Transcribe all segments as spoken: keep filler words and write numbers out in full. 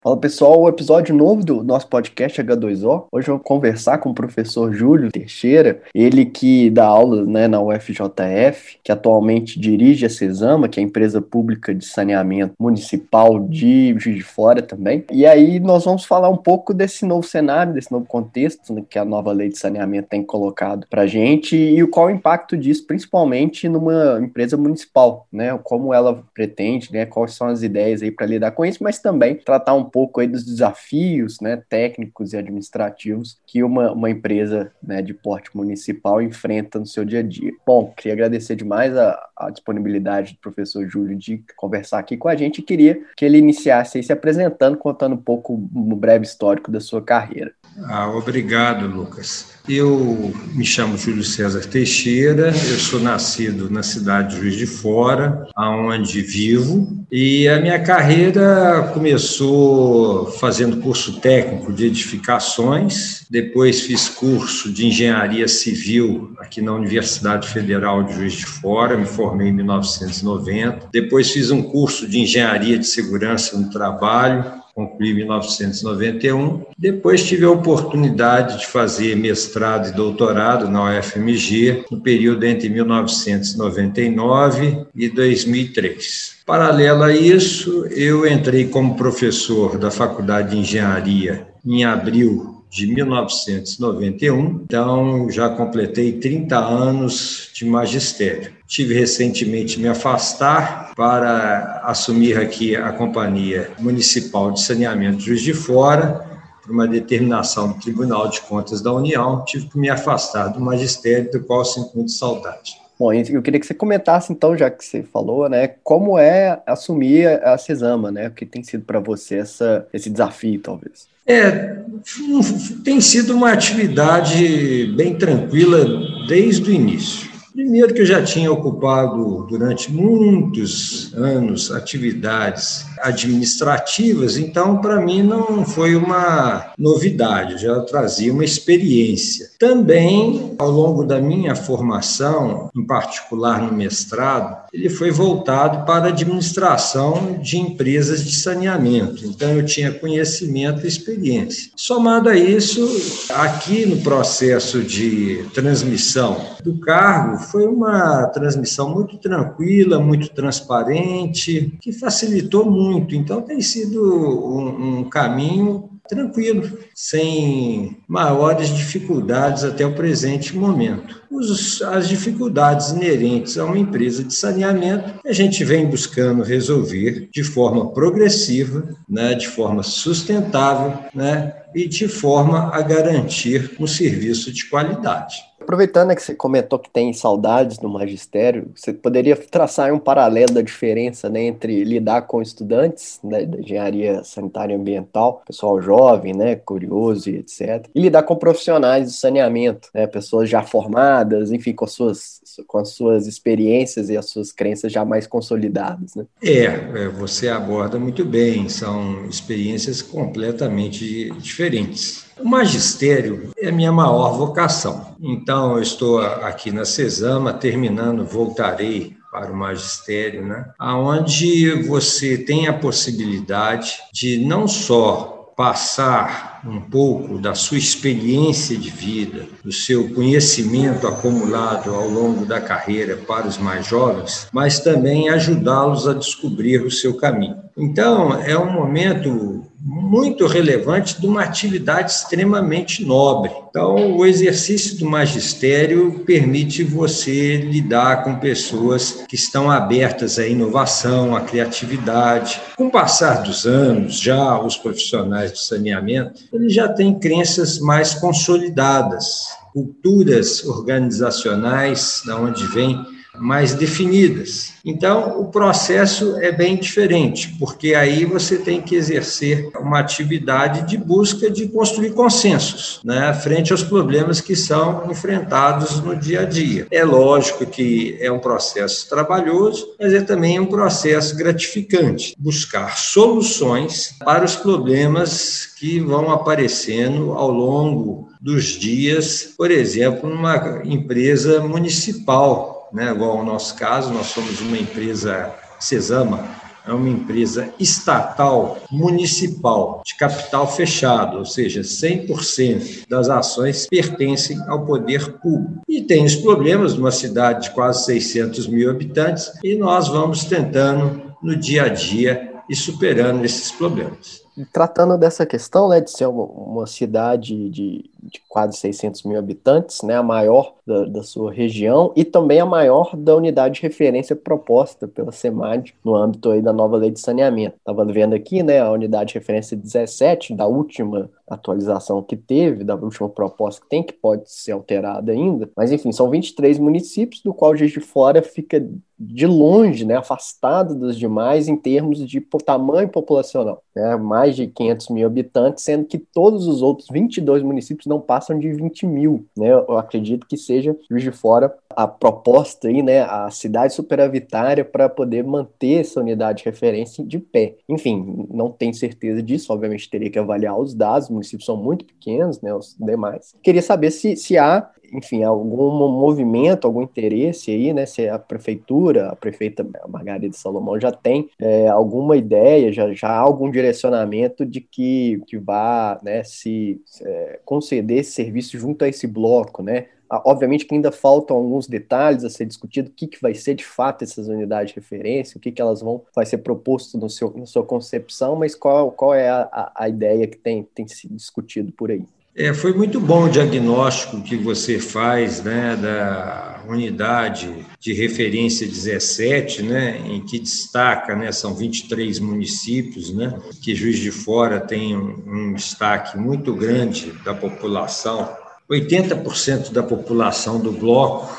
Fala pessoal, o episódio novo do nosso podcast H dois O. Hoje eu vou conversar com o professor Júlio Teixeira, ele que dá aula, né, na U F J F, que atualmente dirige a Cesama, que é a empresa pública de saneamento municipal de Juiz de Fora também. E aí nós vamos falar um pouco desse novo cenário, desse novo contexto, né, que a nova lei de saneamento tem colocado para a gente e qual o impacto disso, principalmente numa empresa municipal, né? Como ela pretende, né? Quais são as ideias aí para lidar com isso, mas também tratar um pouco aí dos desafios, né, técnicos e administrativos que uma, uma empresa, né, de porte municipal enfrenta no seu dia a dia. Bom, queria agradecer demais a, a disponibilidade do professor Júlio de conversar aqui com a gente e queria que ele iniciasse aí se apresentando, contando um pouco, um breve histórico da sua carreira. Ah, obrigado, Lucas. Eu me chamo Júlio César Teixeira, eu sou nascido na cidade de Juiz de Fora, aonde vivo, e a minha carreira começou fazendo curso técnico de edificações, depois fiz curso de engenharia civil aqui na Universidade Federal de Juiz de Fora, me formei em mil novecentos e noventa, depois fiz um curso de engenharia de segurança no trabalho, concluí em mil novecentos e noventa e um. Depois tive a oportunidade de fazer mestrado e doutorado na U F M G, no período entre mil novecentos e noventa e nove e dois mil e três. Paralelo a isso, eu entrei como professor da Faculdade de Engenharia em abril de mil novecentos e noventa e um, então já completei trinta anos de magistério. Tive recentemente me afastar para assumir aqui a Companhia Municipal de Saneamento de Juiz de Fora, por uma determinação do Tribunal de Contas da União, tive que me afastar do magistério, do qual sinto muita saudade. Bom, eu queria que você comentasse, então, já que você falou, né, como é assumir a Cesama, né, o que tem sido para você essa, esse desafio, talvez. É, tem sido uma atividade bem tranquila desde o início. Primeiro que eu já tinha ocupado durante muitos anos atividades administrativas, então para mim não foi uma novidade, já trazia uma experiência. Também, ao longo da minha formação, em particular no mestrado, ele foi voltado para a administração de empresas de saneamento, então eu tinha conhecimento e experiência. Somado a isso, aqui no processo de transmissão do cargo, foi uma transmissão muito tranquila, muito transparente, que facilitou muito. Então, tem sido um, um caminho tranquilo, sem maiores dificuldades até o presente momento. Os, as dificuldades inerentes a uma empresa de saneamento, a gente vem buscando resolver de forma progressiva, né, de forma sustentável, né, e de forma a garantir um serviço de qualidade. Aproveitando, né, que você comentou que tem saudades do magistério, você poderia traçar um paralelo da diferença, né, entre lidar com estudantes, né, da engenharia sanitária e ambiental, pessoal jovem, né, curioso e etcétera, e lidar com profissionais de saneamento, né, pessoas já formadas, enfim, com suas, com as suas experiências e as suas crenças já mais consolidadas, né? É, você aborda muito bem, são experiências completamente diferentes. O magistério é a minha maior vocação. Então, eu estou aqui na Cesama, terminando, voltarei para o magistério, né? Onde você tem a possibilidade de não só passar um pouco da sua experiência de vida, do seu conhecimento acumulado ao longo da carreira para os mais jovens, mas também ajudá-los a descobrir o seu caminho. Então, é um momento muito relevante de uma atividade extremamente nobre. Então, o exercício do magistério permite você lidar com pessoas que estão abertas à inovação, à criatividade. Com o passar dos anos, já os profissionais de saneamento, eles já têm crenças mais consolidadas, culturas organizacionais, da onde vem mais definidas. Então, o processo é bem diferente, porque aí você tem que exercer uma atividade de busca de construir consensos, né, frente aos problemas que são enfrentados no dia a dia. É lógico que é um processo trabalhoso, mas é também um processo gratificante, buscar soluções para os problemas que vão aparecendo ao longo dos dias, por exemplo, numa empresa municipal, né, igual ao nosso caso, nós somos uma empresa Cesama é uma empresa estatal municipal de capital fechado, ou seja, cem por cento das ações pertencem ao poder público. E tem os problemas de uma cidade de quase seiscentos mil habitantes e nós vamos tentando no dia a dia e superando esses problemas. Tratando dessa questão, né, de ser uma, uma cidade de, de quase seiscentos mil habitantes, né, a maior da, da sua região e também a maior da unidade de referência proposta pela SEMAD no âmbito aí da nova lei de saneamento. Estava vendo aqui, né, a unidade de referência dezessete da última atualização que teve, da última proposta que tem, que pode ser alterada ainda, mas enfim, são vinte e três municípios, do qual Juiz de Fora fica de longe, né, afastado dos demais em termos de tamanho populacional, né, mais de quinhentos mil habitantes, sendo que todos os outros vinte e dois municípios não passam de vinte mil, né, eu acredito que seja Juiz de Fora a proposta aí, né, a cidade superavitária para poder manter essa unidade de referência de pé. Enfim, não tenho certeza disso, obviamente teria que avaliar os dados, os municípios são muito pequenos, né, os demais. Queria saber se, se há, enfim, algum movimento, algum interesse aí, né, se a prefeitura, a prefeita Margarida Salomão já tem é, alguma ideia, já, já há algum direcionamento de que, que vá, né, se é, conceder esse serviço junto a esse bloco, né? Obviamente que ainda faltam alguns detalhes a ser discutido, o que, que vai ser de fato essas unidades de referência, o que, que elas vão, vai ser proposto no seu, na sua concepção, mas qual, qual é a, a, a ideia que tem, tem sido discutido por aí? É, foi muito bom o diagnóstico que você faz, né, da unidade de referência dezessete, né, em que destaca, né, são vinte e três municípios, né, que Juiz de Fora tem um, um destaque muito grande da população. oitenta por cento da população do bloco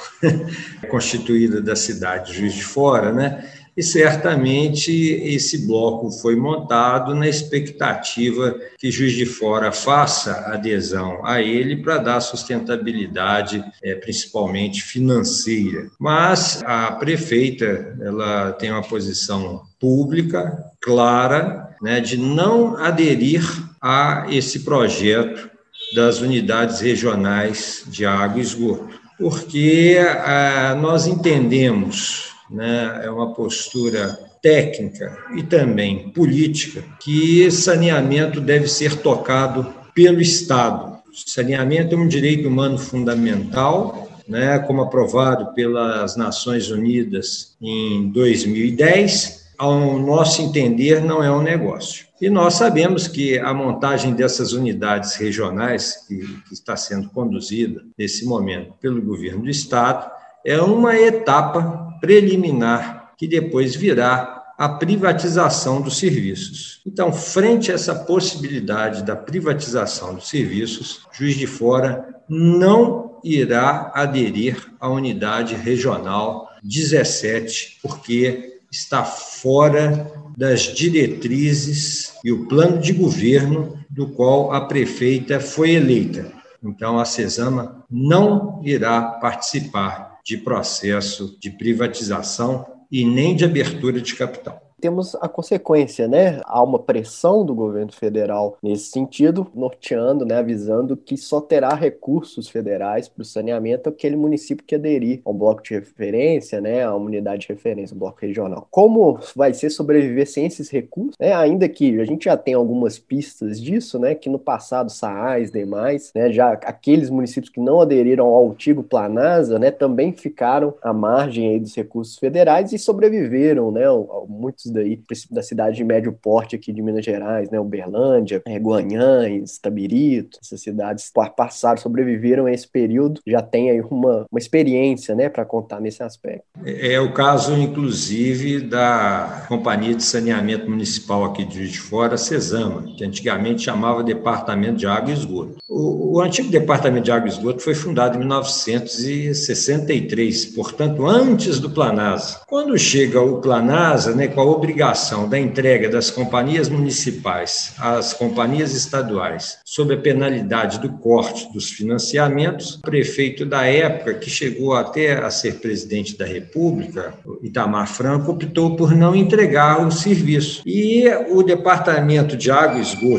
é constituída da cidade de Juiz de Fora, né? E certamente esse bloco foi montado na expectativa que Juiz de Fora faça adesão a ele para dar sustentabilidade, é, principalmente financeira. Mas a prefeita, ela tem uma posição pública, clara, né, de não aderir a esse projeto das unidades regionais de água e esgoto, porque ah, nós entendemos, né, é uma postura técnica e também política, que saneamento deve ser tocado pelo Estado. Saneamento é um direito humano fundamental, né, como aprovado pelas Nações Unidas em dois mil e dez, ao nosso entender, não é um negócio. E nós sabemos que a montagem dessas unidades regionais, que, que está sendo conduzida nesse momento pelo governo do Estado, é uma etapa preliminar que depois virá a privatização dos serviços. Então, frente a essa possibilidade da privatização dos serviços, Juiz de Fora não irá aderir à unidade regional dezessete, porque está fora das diretrizes e o plano de governo do qual a prefeita foi eleita. Então, a CESAMA não irá participar de processo de privatização e nem de abertura de capital. Temos a consequência, né? Há uma pressão do governo federal nesse sentido, norteando, né, avisando que só terá recursos federais para o saneamento aquele município que aderir ao bloco de referência, né, à unidade de referência, ao bloco regional. Como vai ser sobreviver sem esses recursos? Né? Ainda que a gente já tem algumas pistas disso, né, que no passado, SAAS e demais, né, já aqueles municípios que não aderiram ao antigo Planasa, né, também ficaram à margem aí dos recursos federais e sobreviveram, né, muitos daí, da cidade de médio porte aqui de Minas Gerais, né, Uberlândia, é, Guanhães, Tabirito, essas cidades passaram, sobreviveram a esse período, já tem aí uma, uma experiência, né, para contar nesse aspecto. É, é o caso, inclusive, da Companhia de Saneamento Municipal aqui de Juiz de Fora, CESAMA, que antigamente chamava Departamento de Água e Esgoto. O, o antigo Departamento de Água e Esgoto foi fundado em mil novecentos e sessenta e três, portanto, antes do Planasa. Quando chega o Planasa, né, com a obrigação da entrega das companhias municipais às companhias estaduais sob a penalidade do corte dos financiamentos, o prefeito da época, que chegou até a ser presidente da República, Itamar Franco, optou por não entregar o serviço. E o Departamento de Água e Esgoto,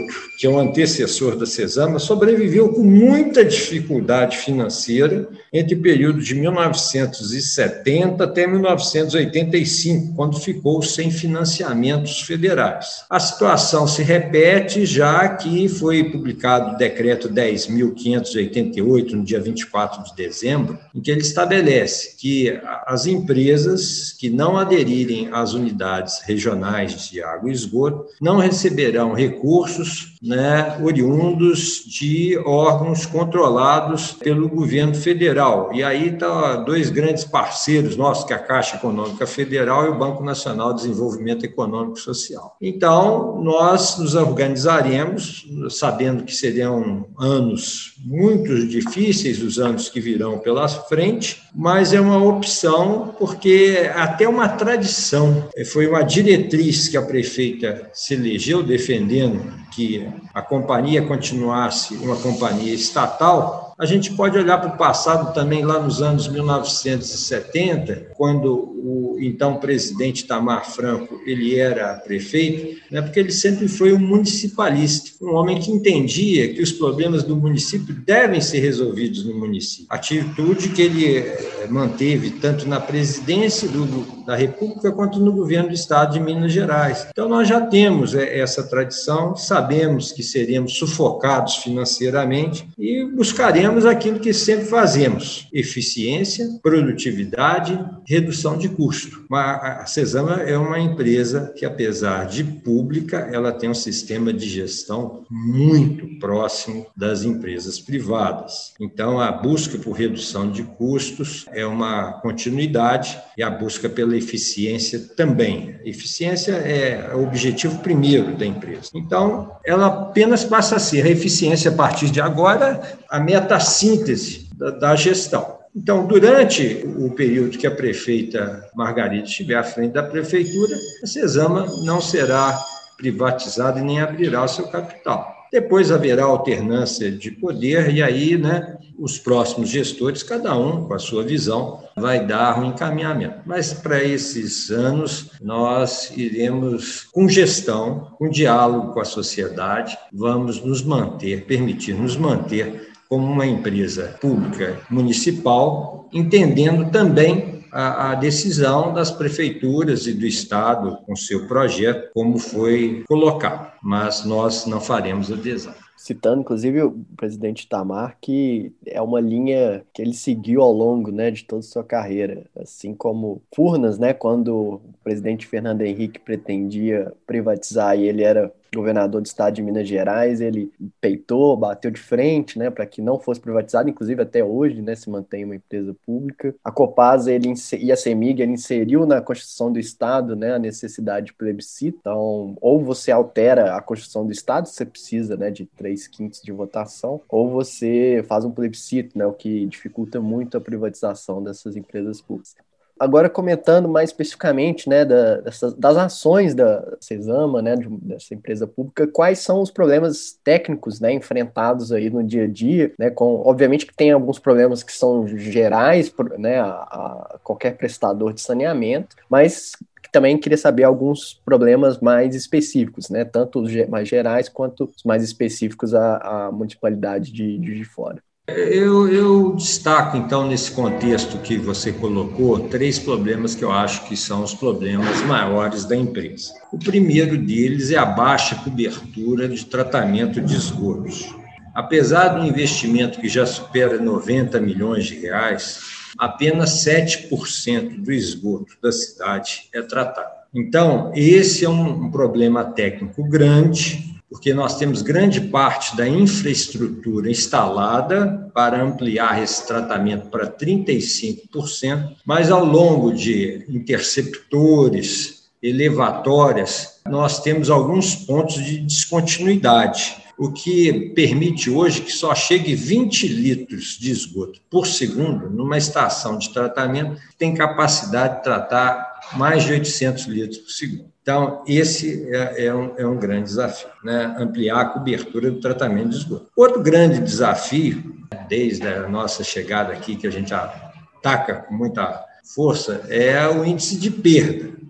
que é o antecessor da Cesama, sobreviveu com muita dificuldade financeira entre o período de mil novecentos e setenta até mil novecentos e oitenta e cinco, quando ficou sem financiamentos federais. A situação se repete, já que foi publicado o decreto dez mil quinhentos e oitenta e oito, no dia vinte e quatro de dezembro, em que ele estabelece que as empresas que não aderirem às unidades regionais de água e esgoto não receberão recursos, né, oriundos de órgãos controlados pelo governo federal. E aí tá dois grandes parceiros nossos, que é a Caixa Econômica Federal e o Banco Nacional de Desenvolvimento Econômico e Social. Então, nós nos organizaremos, sabendo que serão anos muito difíceis, os anos que virão pela frente, mas é uma opção, porque até uma tradição, foi uma diretriz que a prefeita se elegeu defendendo, que a companhia continuasse uma companhia estatal. A gente pode olhar para o passado também, lá nos anos mil novecentos e setenta, quando o então presidente Itamar Franco ele era prefeito, né, porque ele sempre foi um municipalista, um homem que entendia que os problemas do município devem ser resolvidos no município. Atitude que ele manteve tanto na presidência do, da República quanto no governo do Estado de Minas Gerais. Então, nós já temos essa tradição, sabemos que seremos sufocados financeiramente e buscaremos aquilo que sempre fazemos: eficiência, produtividade, redução de custo. A Cesama é uma empresa que, apesar de pública, ela tem um sistema de gestão muito próximo das empresas privadas. Então, a busca por redução de custos é uma continuidade e a busca pela eficiência também. Eficiência é o objetivo primeiro da empresa. Então, ela apenas passa a ser a eficiência a partir de agora, a meta-síntese da, da gestão. Então, durante o período que a prefeita Margarida estiver à frente da prefeitura, a Cesama não será privatizada e nem abrirá o seu capital. Depois haverá alternância de poder e aí, né, os próximos gestores, cada um com a sua visão, vai dar um encaminhamento. Mas para esses anos, nós iremos com gestão, com diálogo com a sociedade, vamos nos manter, permitir nos manter como uma empresa pública municipal, entendendo também a, a decisão das prefeituras e do Estado com seu projeto, como foi colocado. Mas nós não faremos adesão. Citando, inclusive, o presidente Itamar, que é uma linha que ele seguiu ao longo, né, de toda a sua carreira. Assim como Furnas, né, quando o presidente Fernando Henrique pretendia privatizar e ele era governador do estado de Minas Gerais, ele peitou, bateu de frente, né, para que não fosse privatizado, inclusive até hoje, né, se mantém uma empresa pública. A Copasa ele, e a CEMIG, ele inseriu na Constituição do Estado, né, a necessidade de plebiscito. Então, ou você altera a Constituição do Estado, você precisa, né, de três quintos de votação, ou você faz um plebiscito, né, o que dificulta muito a privatização dessas empresas públicas. Agora, comentando mais especificamente, né, da, dessas, das ações da Cesama, né, de, dessa empresa pública, quais são os problemas técnicos, né, enfrentados aí no dia a dia, né, com, obviamente que tem alguns problemas que são gerais, né, a, a qualquer prestador de saneamento, mas também queria saber alguns problemas mais específicos, né, tanto os mais gerais quanto os mais específicos à, à municipalidade de Juiz de Fora. Eu, eu destaco, então, nesse contexto que você colocou, três problemas que eu acho que são os problemas maiores da empresa. O primeiro deles é a baixa cobertura de tratamento de esgotos. Apesar do investimento que já supera noventa milhões de reais, apenas sete por cento do esgoto da cidade é tratado. Então, esse é um problema técnico grande, porque nós temos grande parte da infraestrutura instalada para ampliar esse tratamento para trinta e cinco por cento, mas ao longo de interceptores, elevatórias, nós temos alguns pontos de descontinuidade, o que permite hoje que só chegue vinte litros de esgoto por segundo numa estação de tratamento que tem capacidade de tratar mais de oitocentos litros por segundo. Então, esse é, é, um, é um grande desafio, né? Ampliar a cobertura do tratamento de esgoto. Outro grande desafio, desde a nossa chegada aqui, que a gente ataca com muita força, é o índice de perda.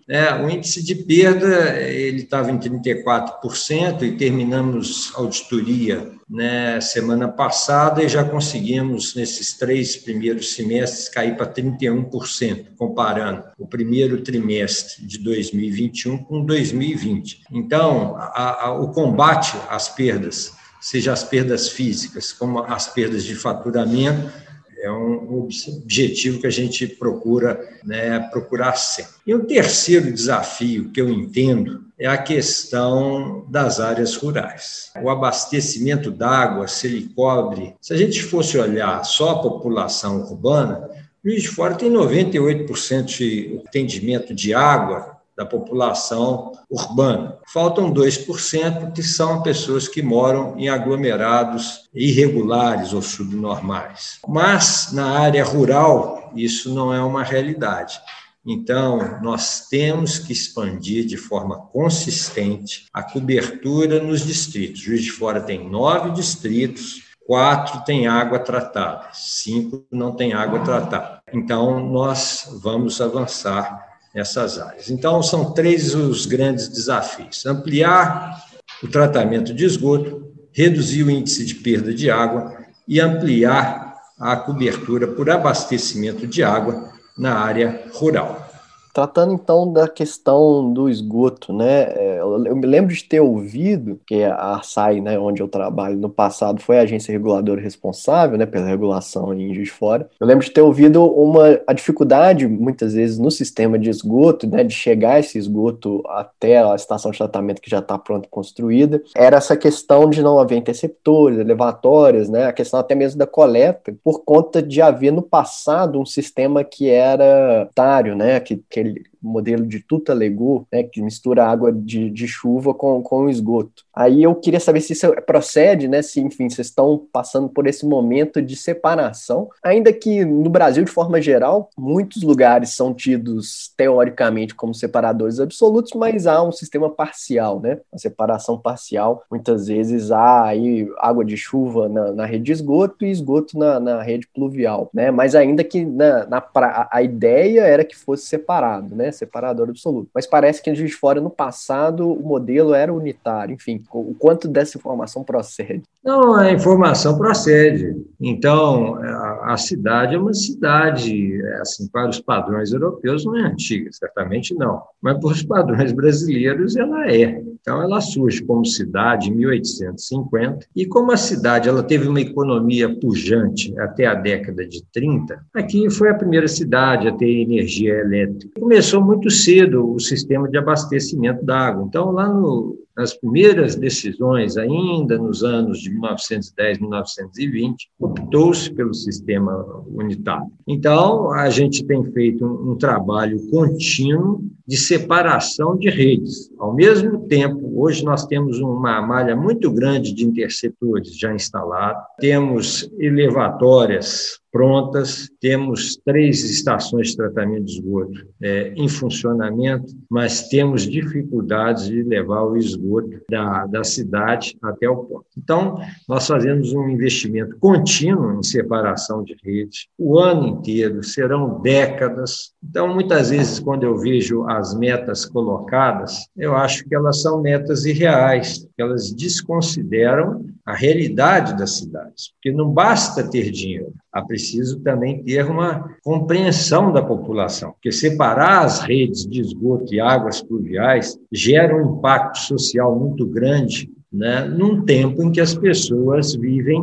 É, o índice de perda ele estava em trinta e quatro por cento e terminamos a auditoria, né, semana passada e já conseguimos, nesses três primeiros semestres, cair para trinta e um por cento, comparando o primeiro trimestre de dois mil e vinte e um com dois mil e vinte. Então, a, a, o combate às perdas, seja as perdas físicas como as perdas de faturamento, é um objetivo que a gente procura, né, procurar sempre. E um terceiro desafio que eu entendo é a questão das áreas rurais. O abastecimento d'água, se ele cobre, se a gente fosse olhar só a população urbana, Juiz de Fora tem noventa e oito por cento de atendimento de água da população urbana. Faltam dois por cento que são pessoas que moram em aglomerados irregulares ou subnormais. Mas, na área rural, isso não é uma realidade. Então, nós temos que expandir de forma consistente a cobertura nos distritos. Juiz de Fora tem nove distritos, quatro têm água tratada, cinco não têm água tratada. Então, nós vamos avançar nessas áreas. Então, são três os grandes desafios: ampliar o tratamento de esgoto, reduzir o índice de perda de água e ampliar a cobertura por abastecimento de água na área rural. Tratando, então, da questão do esgoto, né? Eu me lembro de ter ouvido que a ARSAI, né, onde eu trabalho no passado, foi a agência reguladora responsável, né, pela regulação em Juiz de Fora. Eu lembro de ter ouvido uma, a dificuldade, muitas vezes, no sistema de esgoto, né, de chegar esse esgoto até a estação de tratamento que já está pronta e construída. Era essa questão de não haver interceptores, elevatórias, né, a questão até mesmo da coleta, por conta de haver no passado um sistema que era tário, né, que, que modelo de tuta-legô, né, que mistura água de, de chuva com, com o esgoto. Aí eu queria saber se isso procede, né, se, enfim, vocês estão passando por esse momento de separação, ainda que no Brasil, de forma geral, muitos lugares são tidos, teoricamente, como separadores absolutos, mas há um sistema parcial, né, a separação parcial. Muitas vezes há aí água de chuva na, na rede de esgoto e esgoto na, na rede pluvial, né, mas ainda que na, na pra, a ideia era que fosse separado, né, separador absoluto. Mas parece que em Juiz de Fora, no passado, o modelo era unitário. Enfim, o quanto dessa informação procede? Não, a informação procede. Então, a, a cidade é uma cidade, assim, para os padrões europeus não é antiga, certamente não. Mas para os padrões brasileiros ela é. Então, ela surge como cidade em mil oitocentos e cinquenta e como a cidade ela teve uma economia pujante até a década de trinta, aqui foi a primeira cidade a ter energia elétrica. Começou muito cedo o sistema de abastecimento da água. Então, lá no, nas primeiras decisões, ainda nos anos de mil novecentos e dez, mil novecentos e vinte, optou-se pelo sistema unitário. Então, a gente tem feito um, um trabalho contínuo de separação de redes. Ao mesmo tempo, hoje nós temos uma malha muito grande de interceptores já instalada, temos elevatórias prontas, temos três estações de tratamento de esgoto é, em funcionamento, mas temos dificuldades de levar o esgoto da, da cidade até o ponto. Então, nós fazemos um investimento contínuo em separação de redes, o ano inteiro, serão décadas. Então, muitas vezes, quando eu vejo as metas colocadas, eu acho que elas são metas irreais, que elas desconsideram a realidade das cidades, porque não basta ter dinheiro, é preciso também ter uma compreensão da população, porque separar as redes de esgoto e águas pluviais gera um impacto social muito grande, né, num tempo em que as pessoas vivem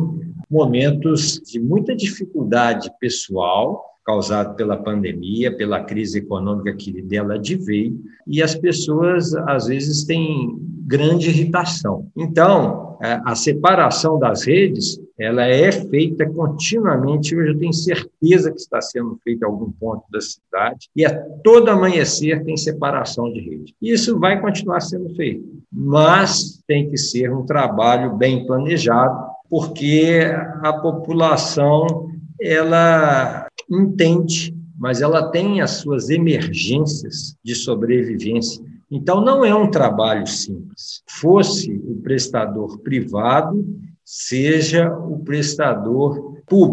momentos de muita dificuldade pessoal, causado pela pandemia, pela crise econômica que dela adveio, e as pessoas, às vezes, têm grande irritação. Então, a separação das redes, ela é feita continuamente, eu já tenho certeza que está sendo feita em algum ponto da cidade, e a todo amanhecer tem separação de rede. Isso vai continuar sendo feito, mas tem que ser um trabalho bem planejado, porque a população, ela entende, mas ela tem as suas emergências de sobrevivência. Então, não é um trabalho simples. Fosse o prestador privado, seja o prestador público.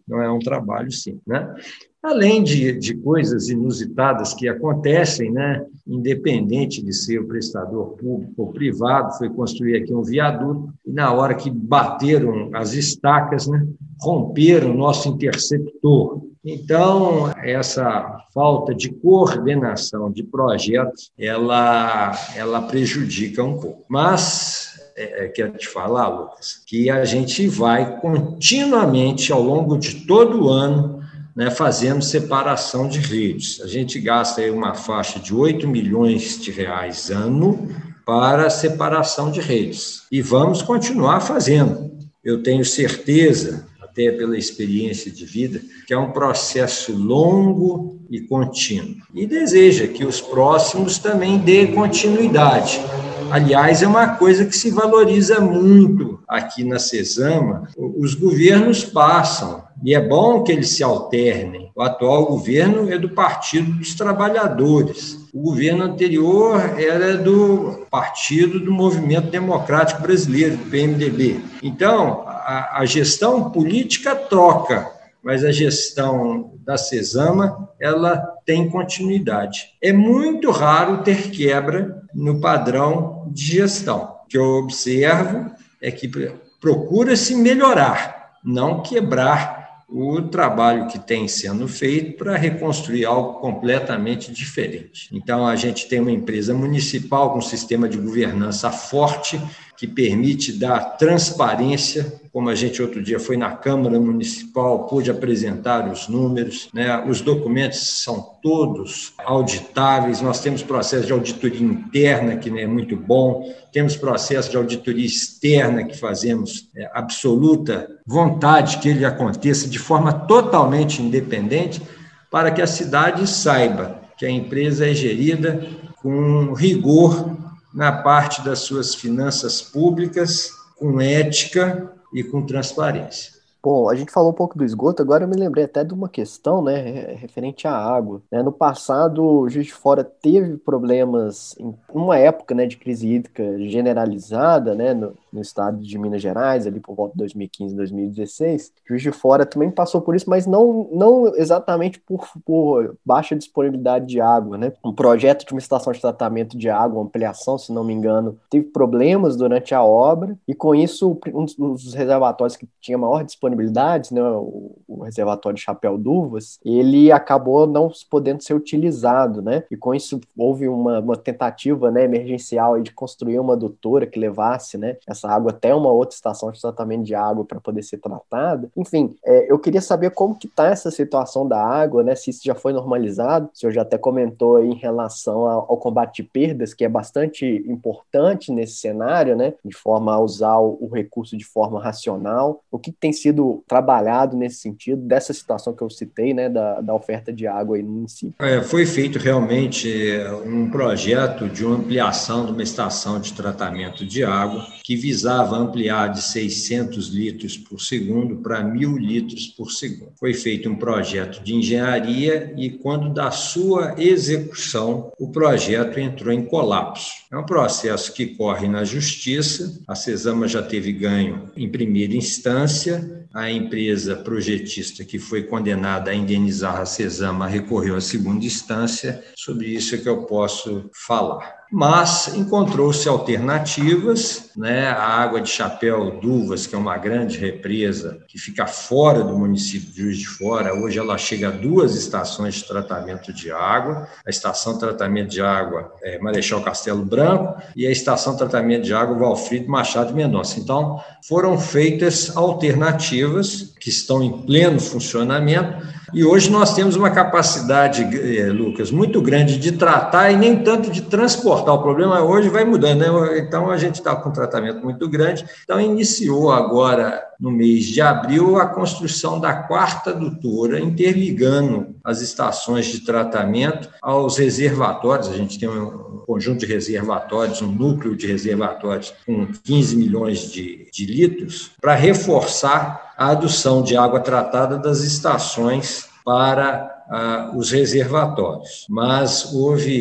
não é um trabalho simples, né? Além de, de coisas inusitadas que acontecem, né? Independente de ser o prestador público ou privado, foi construir aqui um viaduto e, na hora que bateram as estacas, né? Romperam o nosso interceptor. Então, essa falta de coordenação de projetos, ela, ela prejudica um pouco. Mas, é, quero te falar, Lucas, que a gente vai continuamente, ao longo de todo o ano, né, fazendo separação de redes. A gente gasta aí uma faixa de oito milhões de reais ano para separação de redes. E vamos continuar fazendo. Eu tenho certeza, até pela experiência de vida, que é um processo longo e contínuo. E deseja que os próximos também dêem continuidade. Aliás, é uma coisa que se valoriza muito aqui na CESAMA. Os governos passam, e é bom que eles se alternem. O atual governo é do Partido dos Trabalhadores. O governo anterior era do Partido do Movimento Democrático Brasileiro, do P M D B. Então, a, a gestão política troca, mas a gestão da CESAMA, ela tem continuidade. É muito raro ter quebra no padrão de gestão. O que eu observo é que procura-se melhorar, não quebrar o trabalho que tem sendo feito para reconstruir algo completamente diferente. Então, a gente tem uma empresa municipal com um sistema de governança forte, que permite dar transparência, como a gente outro dia foi na Câmara Municipal, pôde apresentar os números, né? Os documentos são todos auditáveis, nós temos processo de auditoria interna, que é muito bom, temos processo de auditoria externa, que fazemos é, absoluta vontade que ele aconteça de forma totalmente independente, para que a cidade saiba que a empresa é gerida com rigor na parte das suas finanças públicas, com ética e com transparência. Bom, a gente falou um pouco do esgoto, agora eu me lembrei até de uma questão, né, referente à água, né? No passado, Juiz de Fora teve problemas em uma época, né, de crise hídrica generalizada, né, no, no estado de Minas Gerais, ali por volta de dois mil e quinze, dois mil e dezesseis. Juiz de Fora também passou por isso, mas não, não exatamente por, por baixa disponibilidade de água, né? Um projeto de uma estação de tratamento de água, ampliação, se não me engano, teve problemas durante a obra, e com isso, um dos reservatórios que tinha maior disponibilidade, né, o, o reservatório de Chapéu d'Uvas, ele acabou não podendo ser utilizado, né? E com isso houve uma, uma tentativa, né, emergencial aí de construir uma adutora que levasse, né, essa água até uma outra estação de tratamento de água para poder ser tratada. Enfim, é, eu queria saber como que está essa situação da água, né? Se isso já foi normalizado. O senhor já até comentou aí em relação ao, ao combate de perdas, que é bastante importante nesse cenário, né? De forma a usar o, o recurso de forma racional. O que, que tem sido trabalhado nesse sentido, dessa situação que eu citei, né, da, da oferta de água aí no município? É, foi feito realmente um projeto de uma ampliação de uma estação de tratamento de água que visava ampliar de seiscentos litros por segundo para mil litros por segundo. Foi feito um projeto de engenharia e, quando da sua execução, o projeto entrou em colapso. É um processo que corre na justiça, a CESAMA já teve ganho em primeira instância, a empresa projetista que foi condenada a indenizar a CESAMA recorreu à segunda instância, sobre isso é que eu posso falar. Mas encontrou-se alternativas, né? A água de Chapéu d'Uvas, que é uma grande represa que fica fora do município de Juiz de Fora, hoje ela chega a duas estações de tratamento de água, a estação de tratamento de água é, Marechal Castelo Branco e a estação de tratamento de água Valfrido Machado de Mendonça. Então, foram feitas alternativas que estão em pleno funcionamento. E hoje nós temos uma capacidade, Lucas, muito grande de tratar e nem tanto de transportar. O problema hoje vai mudando, né? Então a gente está com um tratamento muito grande. Então iniciou agora, no mês de abril, a construção da quarta adutora, interligando as estações de tratamento aos reservatórios. A gente tem um conjunto de reservatórios, um núcleo de reservatórios com quinze milhões de, de litros, para reforçar a adução de água tratada das estações para ah, os reservatórios. Mas houve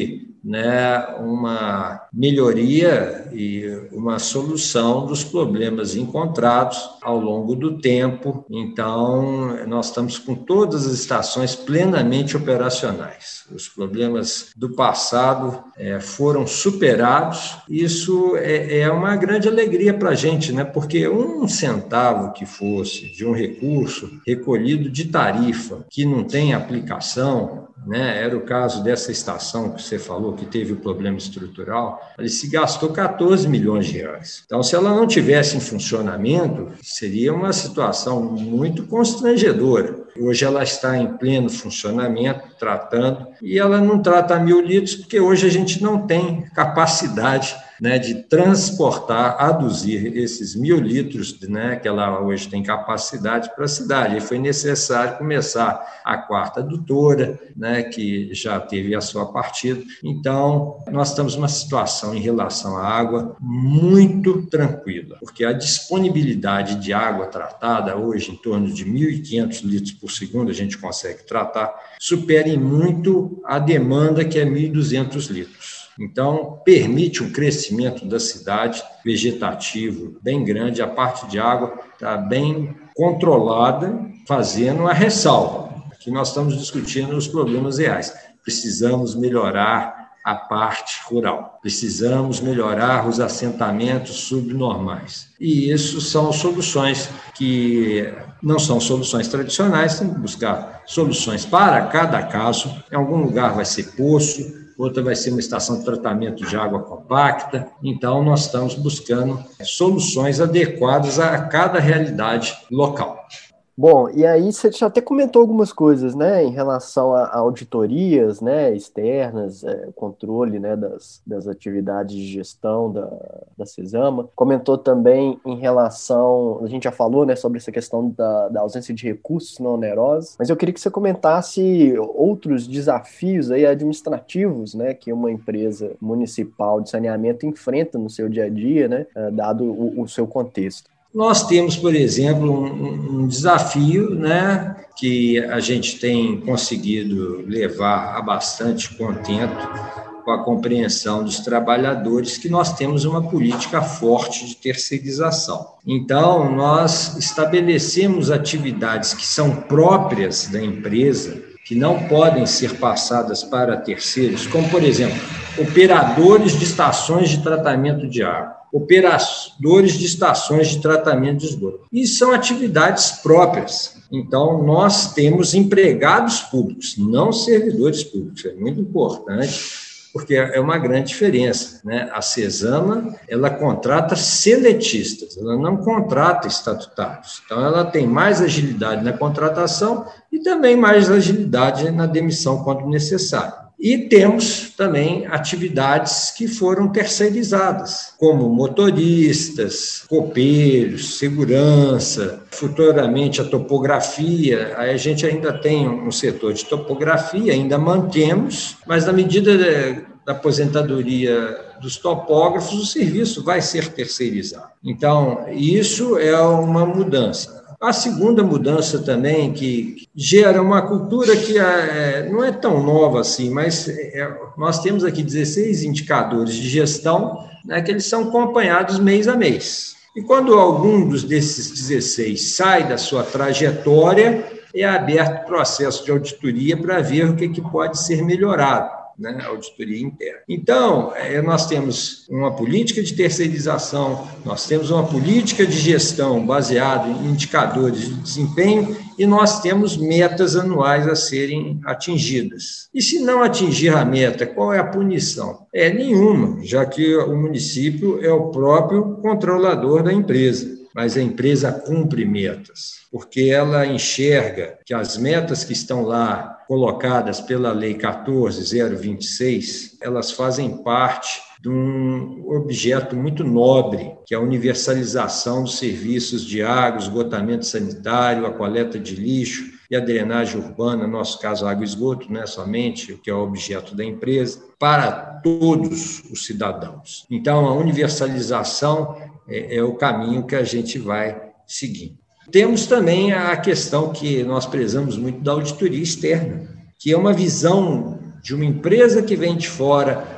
né, uma melhoria e uma solução dos problemas encontrados ao longo do tempo. Então, nós estamos com todas as estações plenamente operacionais. Os problemas do passado é, foram superados. Isso é, é uma grande alegria para a gente, né? Porque um centavo que fosse de um recurso recolhido de tarifa que não tem aplicação, né? Era o caso dessa estação que você falou, que teve o problema estrutural, ele se gastou quatorze milhões de reais. Então, se ela não tivesse em funcionamento, seria uma situação muito constrangedora. Hoje ela está em pleno funcionamento, tratando, e ela não trata mil litros, porque hoje a gente não tem capacidade, né, de transportar, aduzir esses mil litros, né, que ela hoje tem capacidade para a cidade. E foi necessário começar a quarta adutora, né, que já teve a sua partida. Então, nós estamos numa situação em relação à água muito tranquila, porque a disponibilidade de água tratada hoje, em torno de mil e quinhentos litros por segundo, a gente consegue tratar, supera em muito a demanda, que é mil e duzentos litros. Então, permite um crescimento da cidade vegetativo bem grande, a parte de água está bem controlada, fazendo a ressalva. Aqui nós estamos discutindo os problemas reais. Precisamos melhorar a parte rural, precisamos melhorar os assentamentos subnormais. E isso são soluções que não são soluções tradicionais, tem que buscar soluções para cada caso. Em algum lugar vai ser poço, outra vai ser uma estação de tratamento de água compacta. Então, nós estamos buscando soluções adequadas a cada realidade local. Bom, e aí você já até comentou algumas coisas, né, em relação a, a auditorias, né, externas, é, controle, né, das, das atividades de gestão da, da CESAMA. Comentou também em relação, a gente já falou, né, sobre essa questão da, da ausência de recursos não onerosos, mas eu queria que você comentasse outros desafios aí administrativos, né, que uma empresa municipal de saneamento enfrenta no seu dia a dia, né, dado o, o seu contexto. Nós temos, por exemplo, um, um desafio, né, que a gente tem conseguido levar a bastante contento com a compreensão dos trabalhadores, que nós temos uma política forte de terceirização. Então, nós estabelecemos atividades que são próprias da empresa, que não podem ser passadas para terceiros, como, por exemplo, operadores de estações de tratamento de água, operadores de estações de tratamento de esgoto. E são atividades próprias. Então, nós temos empregados públicos, não servidores públicos. É muito importante, porque é uma grande diferença, né? A CESAMA, ela contrata seletistas, ela não contrata estatutários. Então, ela tem mais agilidade na contratação e também mais agilidade na demissão quando necessário. E temos também atividades que foram terceirizadas, como motoristas, copeiros, segurança, futuramente a topografia. Aí a gente ainda tem um setor de topografia, ainda mantemos, mas na medida da aposentadoria dos topógrafos, o serviço vai ser terceirizado. Então, isso é uma mudança. A segunda mudança também, que gera uma cultura que é, não é tão nova assim, mas é, nós temos aqui dezesseis indicadores de gestão, né, que eles são acompanhados mês a mês. E quando algum dos desses dezesseis sai da sua trajetória, é aberto processo de auditoria para ver o que, que pode ser melhorado, né, auditoria interna. Então, nós temos uma política de terceirização, nós temos uma política de gestão baseada em indicadores de desempenho e nós temos metas anuais a serem atingidas. E se não atingir a meta, qual é a punição? É nenhuma, já que o município é o próprio controlador da empresa. Mas a empresa cumpre metas, porque ela enxerga que as metas que estão lá colocadas pela Lei quatorze mil vinte e seis, elas fazem parte de um objeto muito nobre, que é a universalização dos serviços de água, esgotamento sanitário, a coleta de lixo e a drenagem urbana, no nosso caso, água e esgoto, não é somente o que é o objeto da empresa, para todos os cidadãos. Então, a universalização é, é o caminho que a gente vai seguir. Temos também a questão que nós prezamos muito da auditoria externa, que é uma visão de uma empresa que vem de fora,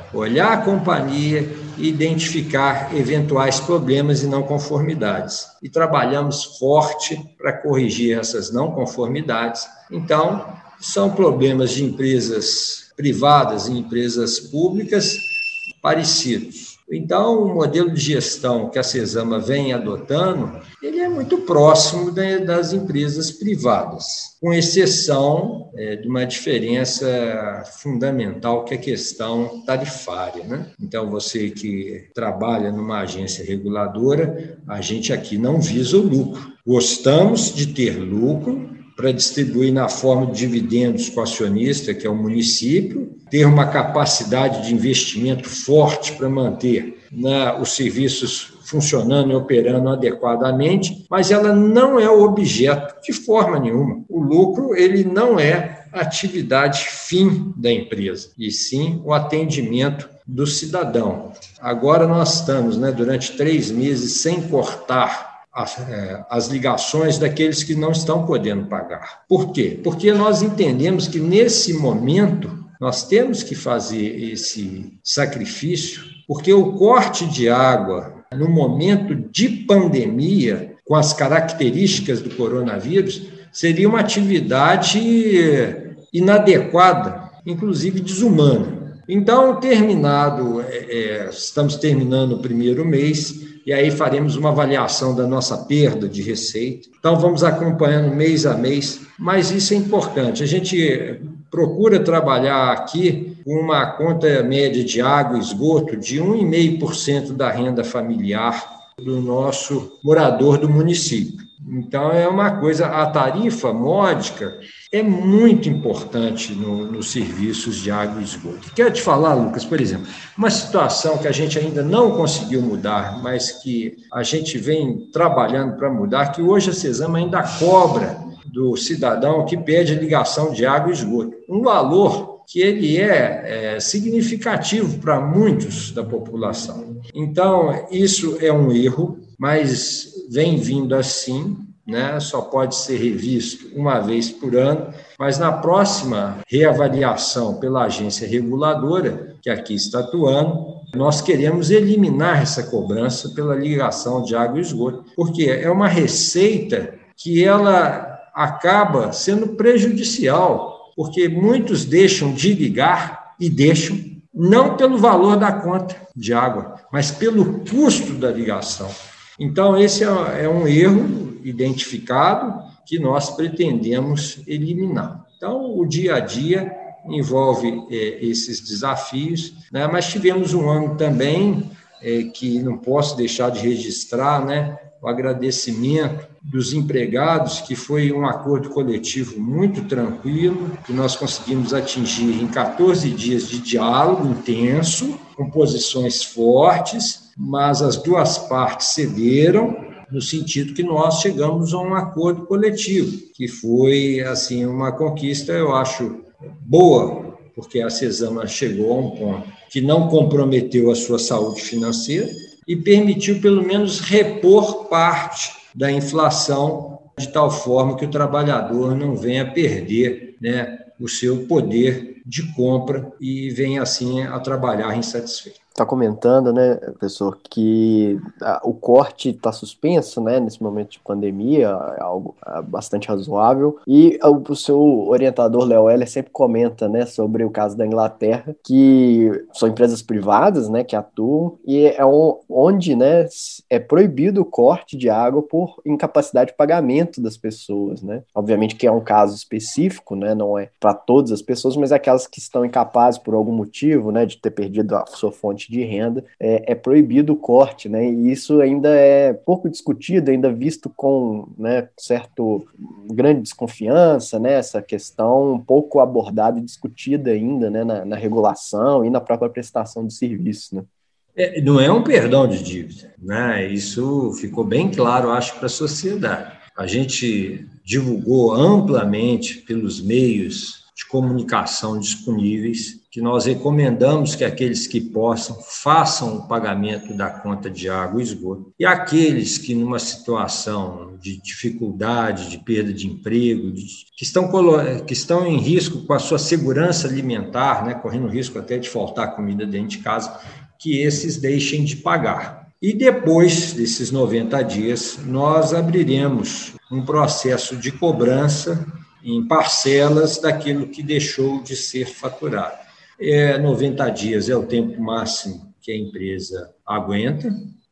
olhar a companhia e identificar eventuais problemas e não conformidades. E trabalhamos forte para corrigir essas não conformidades. Então, são problemas de empresas privadas e empresas públicas parecidos. Então, o modelo de gestão que a Cesama vem adotando, ele é muito próximo das empresas privadas, com exceção é, de uma diferença fundamental, que é a questão tarifária, né? Então, você que trabalha numa agência reguladora, a gente aqui não visa o lucro. Gostamos de ter lucro para distribuir na forma de dividendos com o acionista, que é o município, ter uma capacidade de investimento forte para manter, né, os serviços funcionando e operando adequadamente, mas ela não é o objeto de forma nenhuma. O lucro, ele não é a atividade fim da empresa, e sim o atendimento do cidadão. Agora nós estamos, né, durante três meses sem cortar as ligações daqueles que não estão podendo pagar. Por quê? Porque nós entendemos que, nesse momento, nós temos que fazer esse sacrifício, porque o corte de água, no momento de pandemia, com as características do coronavírus, seria uma atividade inadequada, inclusive desumana. Então, terminado, é, estamos terminando o primeiro mês, e aí faremos uma avaliação da nossa perda de receita. Então, vamos acompanhando mês a mês, mas isso é importante. A gente procura trabalhar aqui com uma conta média de água e esgoto de um vírgula cinco por cento da renda familiar do nosso morador do município. Então, é uma coisa, a tarifa módica é muito importante no, nos serviços de água e esgoto. Quero te falar, Lucas, por exemplo, uma situação que a gente ainda não conseguiu mudar, mas que a gente vem trabalhando para mudar, que hoje a Cesama ainda cobra do cidadão que pede ligação de água e esgoto. Um valor que ele é, é significativo para muitos da população. Então, isso é um erro, mas vem vindo assim, né? Só pode ser revisto uma vez por ano, mas na próxima reavaliação pela agência reguladora, que aqui está atuando, nós queremos eliminar essa cobrança pela ligação de água e esgoto, porque é uma receita que ela acaba sendo prejudicial, porque muitos deixam de ligar e deixam, não pelo valor da conta de água, mas pelo custo da ligação. Então, esse é um erro identificado que nós pretendemos eliminar. Então, o dia a dia envolve é, esses desafios, né? Mas tivemos um ano também é, que não posso deixar de registrar, né? O agradecimento dos empregados, que foi um acordo coletivo muito tranquilo, que nós conseguimos atingir em quatorze dias de diálogo intenso, com posições fortes, mas as duas partes cederam, no sentido que nós chegamos a um acordo coletivo, que foi assim uma conquista, eu acho, boa, porque a Cesama chegou a um ponto que não comprometeu a sua saúde financeira e permitiu, pelo menos, repor parte da inflação, de tal forma que o trabalhador não venha perder, né, o seu poder de compra e venha, assim, a trabalhar insatisfeito. Está comentando, né, professor, que a, o corte está suspenso, né, nesse momento de pandemia, é algo é bastante razoável, e o, o seu orientador, Léo Heller, sempre comenta, né, sobre o caso da Inglaterra, que são empresas privadas, né, que atuam, e é um, onde, né, é proibido o corte de água por incapacidade de pagamento das pessoas, né, obviamente que é um caso específico, né, não é para todas as pessoas, mas aquelas que estão incapazes por algum motivo, né, de ter perdido a sua fonte de renda, é, é proibido o corte, né, e isso ainda é pouco discutido, ainda visto com, né, certo grande desconfiança, né, essa questão um pouco abordada e discutida ainda, né, na, na regulação e na própria prestação de serviço, né. É, não é um perdão de dívida, né, isso ficou bem claro, acho, para a sociedade. A gente divulgou amplamente pelos meios de comunicação disponíveis que nós recomendamos que aqueles que possam façam o pagamento da conta de água e esgoto. E aqueles que, numa situação de dificuldade, de perda de emprego, de, que, estão, que estão em risco com a sua segurança alimentar, né, correndo risco até de faltar comida dentro de casa, que esses deixem de pagar. E depois desses noventa dias, nós abriremos um processo de cobrança em parcelas daquilo que deixou de ser faturado. É, noventa dias é o tempo máximo que a empresa aguenta,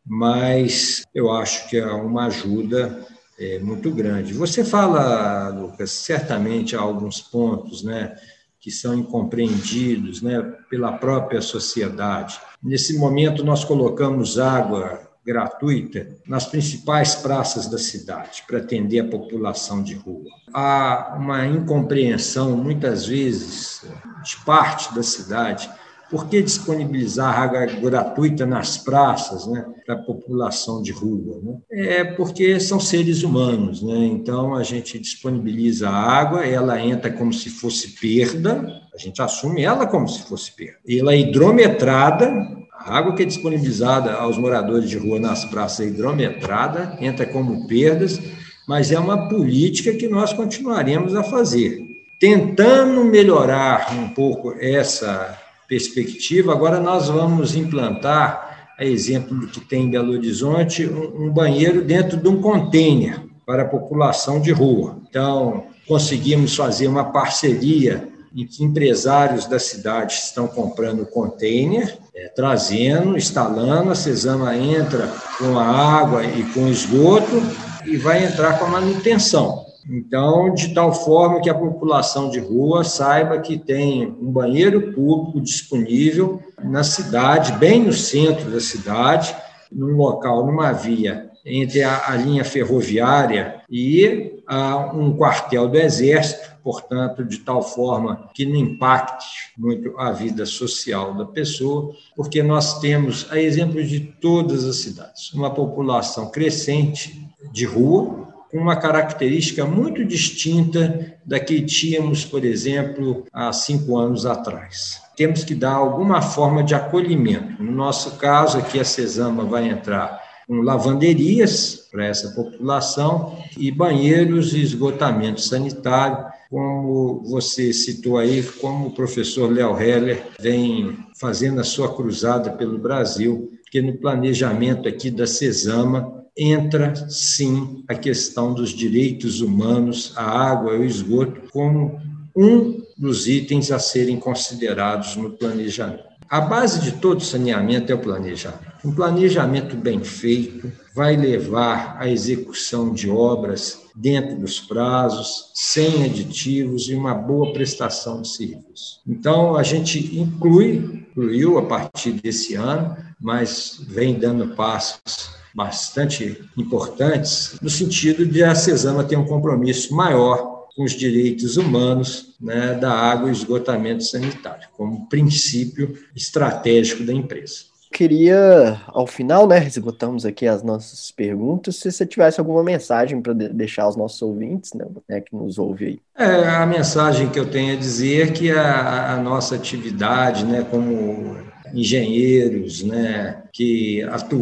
mas eu acho que é uma ajuda é, muito grande. Você fala, Lucas, certamente há alguns pontos, né, que são incompreendidos, né, pela própria sociedade. Nesse momento, nós colocamos água gratuita nas principais praças da cidade para atender a população de rua. Há uma incompreensão, muitas vezes, de parte da cidade. Por que disponibilizar água gratuita nas praças, né, para a população de rua? Né? É porque são seres humanos, né? Então a gente disponibiliza a água, ela entra como se fosse perda, a gente assume ela como se fosse perda. Ela é hidrometrada, a água que é disponibilizada aos moradores de rua nas praças é hidrometrada, entra como perdas, mas é uma política que nós continuaremos a fazer. Tentando melhorar um pouco essa perspectiva, agora nós vamos implantar, a exemplo do que tem em Belo Horizonte, um, um banheiro dentro de um container para a população de rua. Então, conseguimos fazer uma parceria em que empresários da cidade estão comprando container, é, trazendo, instalando, a Cesama entra com a água e com o esgoto e vai entrar com a manutenção. Então, de tal forma que a população de rua saiba que tem um banheiro público disponível na cidade, bem no centro da cidade, num local, numa via entre a, a linha ferroviária e a, um quartel do Exército, portanto, de tal forma que não impacte muito a vida social da pessoa, porque nós temos, a exemplo de todas as cidades, uma população crescente de rua, com uma característica muito distinta da que tínhamos, por exemplo, há cinco anos atrás. Temos que dar alguma forma de acolhimento. No nosso caso, aqui a Cesama vai entrar com lavanderias para essa população e banheiros e esgotamento sanitário, como você citou aí, como o professor Léo Heller vem fazendo a sua cruzada pelo Brasil, porque no planejamento aqui da Cesama entra, sim, a questão dos direitos humanos, a água e o esgoto, como um dos itens a serem considerados no planejamento. A base de todo saneamento é o planejamento. Um planejamento bem feito vai levar à execução de obras dentro dos prazos, sem aditivos e uma boa prestação de serviço. Então, a gente inclui, incluiu a partir desse ano, mas vem dando passos bastante importantes, no sentido de a Cesama ter um compromisso maior com os direitos humanos, né, da água e esgotamento sanitário, como princípio estratégico da empresa. Queria, ao final, né, esgotamos aqui as nossas perguntas, se você tivesse alguma mensagem para deixar aos nossos ouvintes, né, né, que nos ouve aí. É, a mensagem que eu tenho a dizer é que a, a nossa atividade, né, como engenheiros, né, que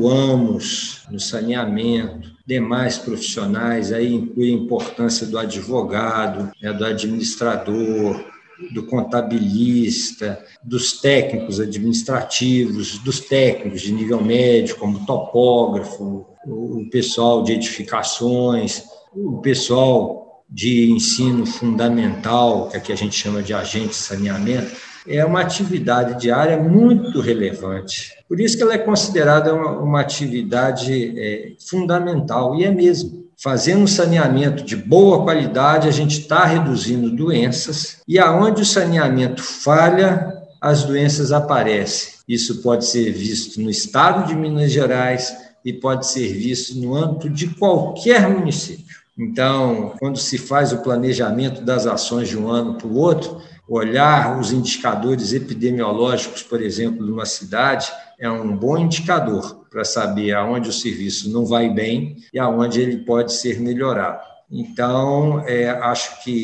atuamos no saneamento, demais profissionais, aí inclui a importância do advogado, né, do administrador, do contabilista, dos técnicos administrativos, dos técnicos de nível médio, como topógrafo, o pessoal de edificações, o pessoal de ensino fundamental, que aqui a gente chama de agente de saneamento, é uma atividade diária muito relevante. Por isso que ela é considerada uma, uma atividade é, fundamental, e é mesmo. Fazendo um saneamento de boa qualidade, a gente está reduzindo doenças, e aonde o saneamento falha, as doenças aparecem. Isso pode ser visto no estado de Minas Gerais e pode ser visto no âmbito de qualquer município. Então, quando se faz o planejamento das ações de um ano para o outro, olhar os indicadores epidemiológicos, por exemplo, de uma cidade, é um bom indicador para saber aonde o serviço não vai bem e aonde ele pode ser melhorado. Então, é, acho que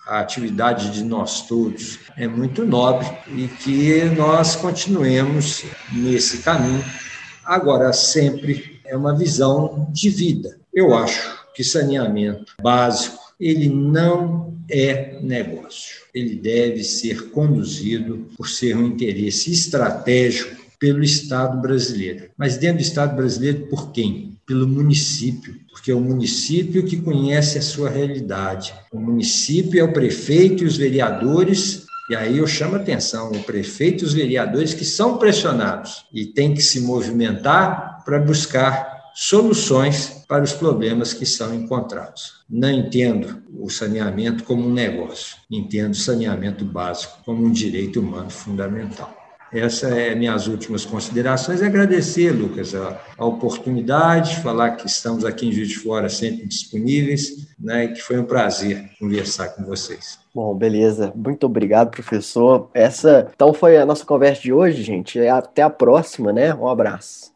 a atividade de nós todos é muito nobre e que nós continuemos nesse caminho. Agora, sempre é uma visão de vida. Eu acho que saneamento básico, ele não é negócio. Ele deve ser conduzido por ser um interesse estratégico pelo Estado brasileiro. Mas dentro do Estado brasileiro, por quem? Pelo município, porque é o município que conhece a sua realidade. O município é o prefeito e os vereadores, e aí eu chamo a atenção, o prefeito e os vereadores que são pressionados e têm que se movimentar para buscar soluções para os problemas que são encontrados. Não entendo o saneamento como um negócio, entendo o saneamento básico como um direito humano fundamental. Essas é minhas últimas considerações. Agradecer, Lucas, a, a oportunidade, falar que estamos aqui em Juiz de Fora sempre disponíveis, né, e que foi um prazer conversar com vocês. Bom, beleza. Muito obrigado, professor. Essa, então, foi a nossa conversa de hoje, gente. Até a próxima, né? Um abraço.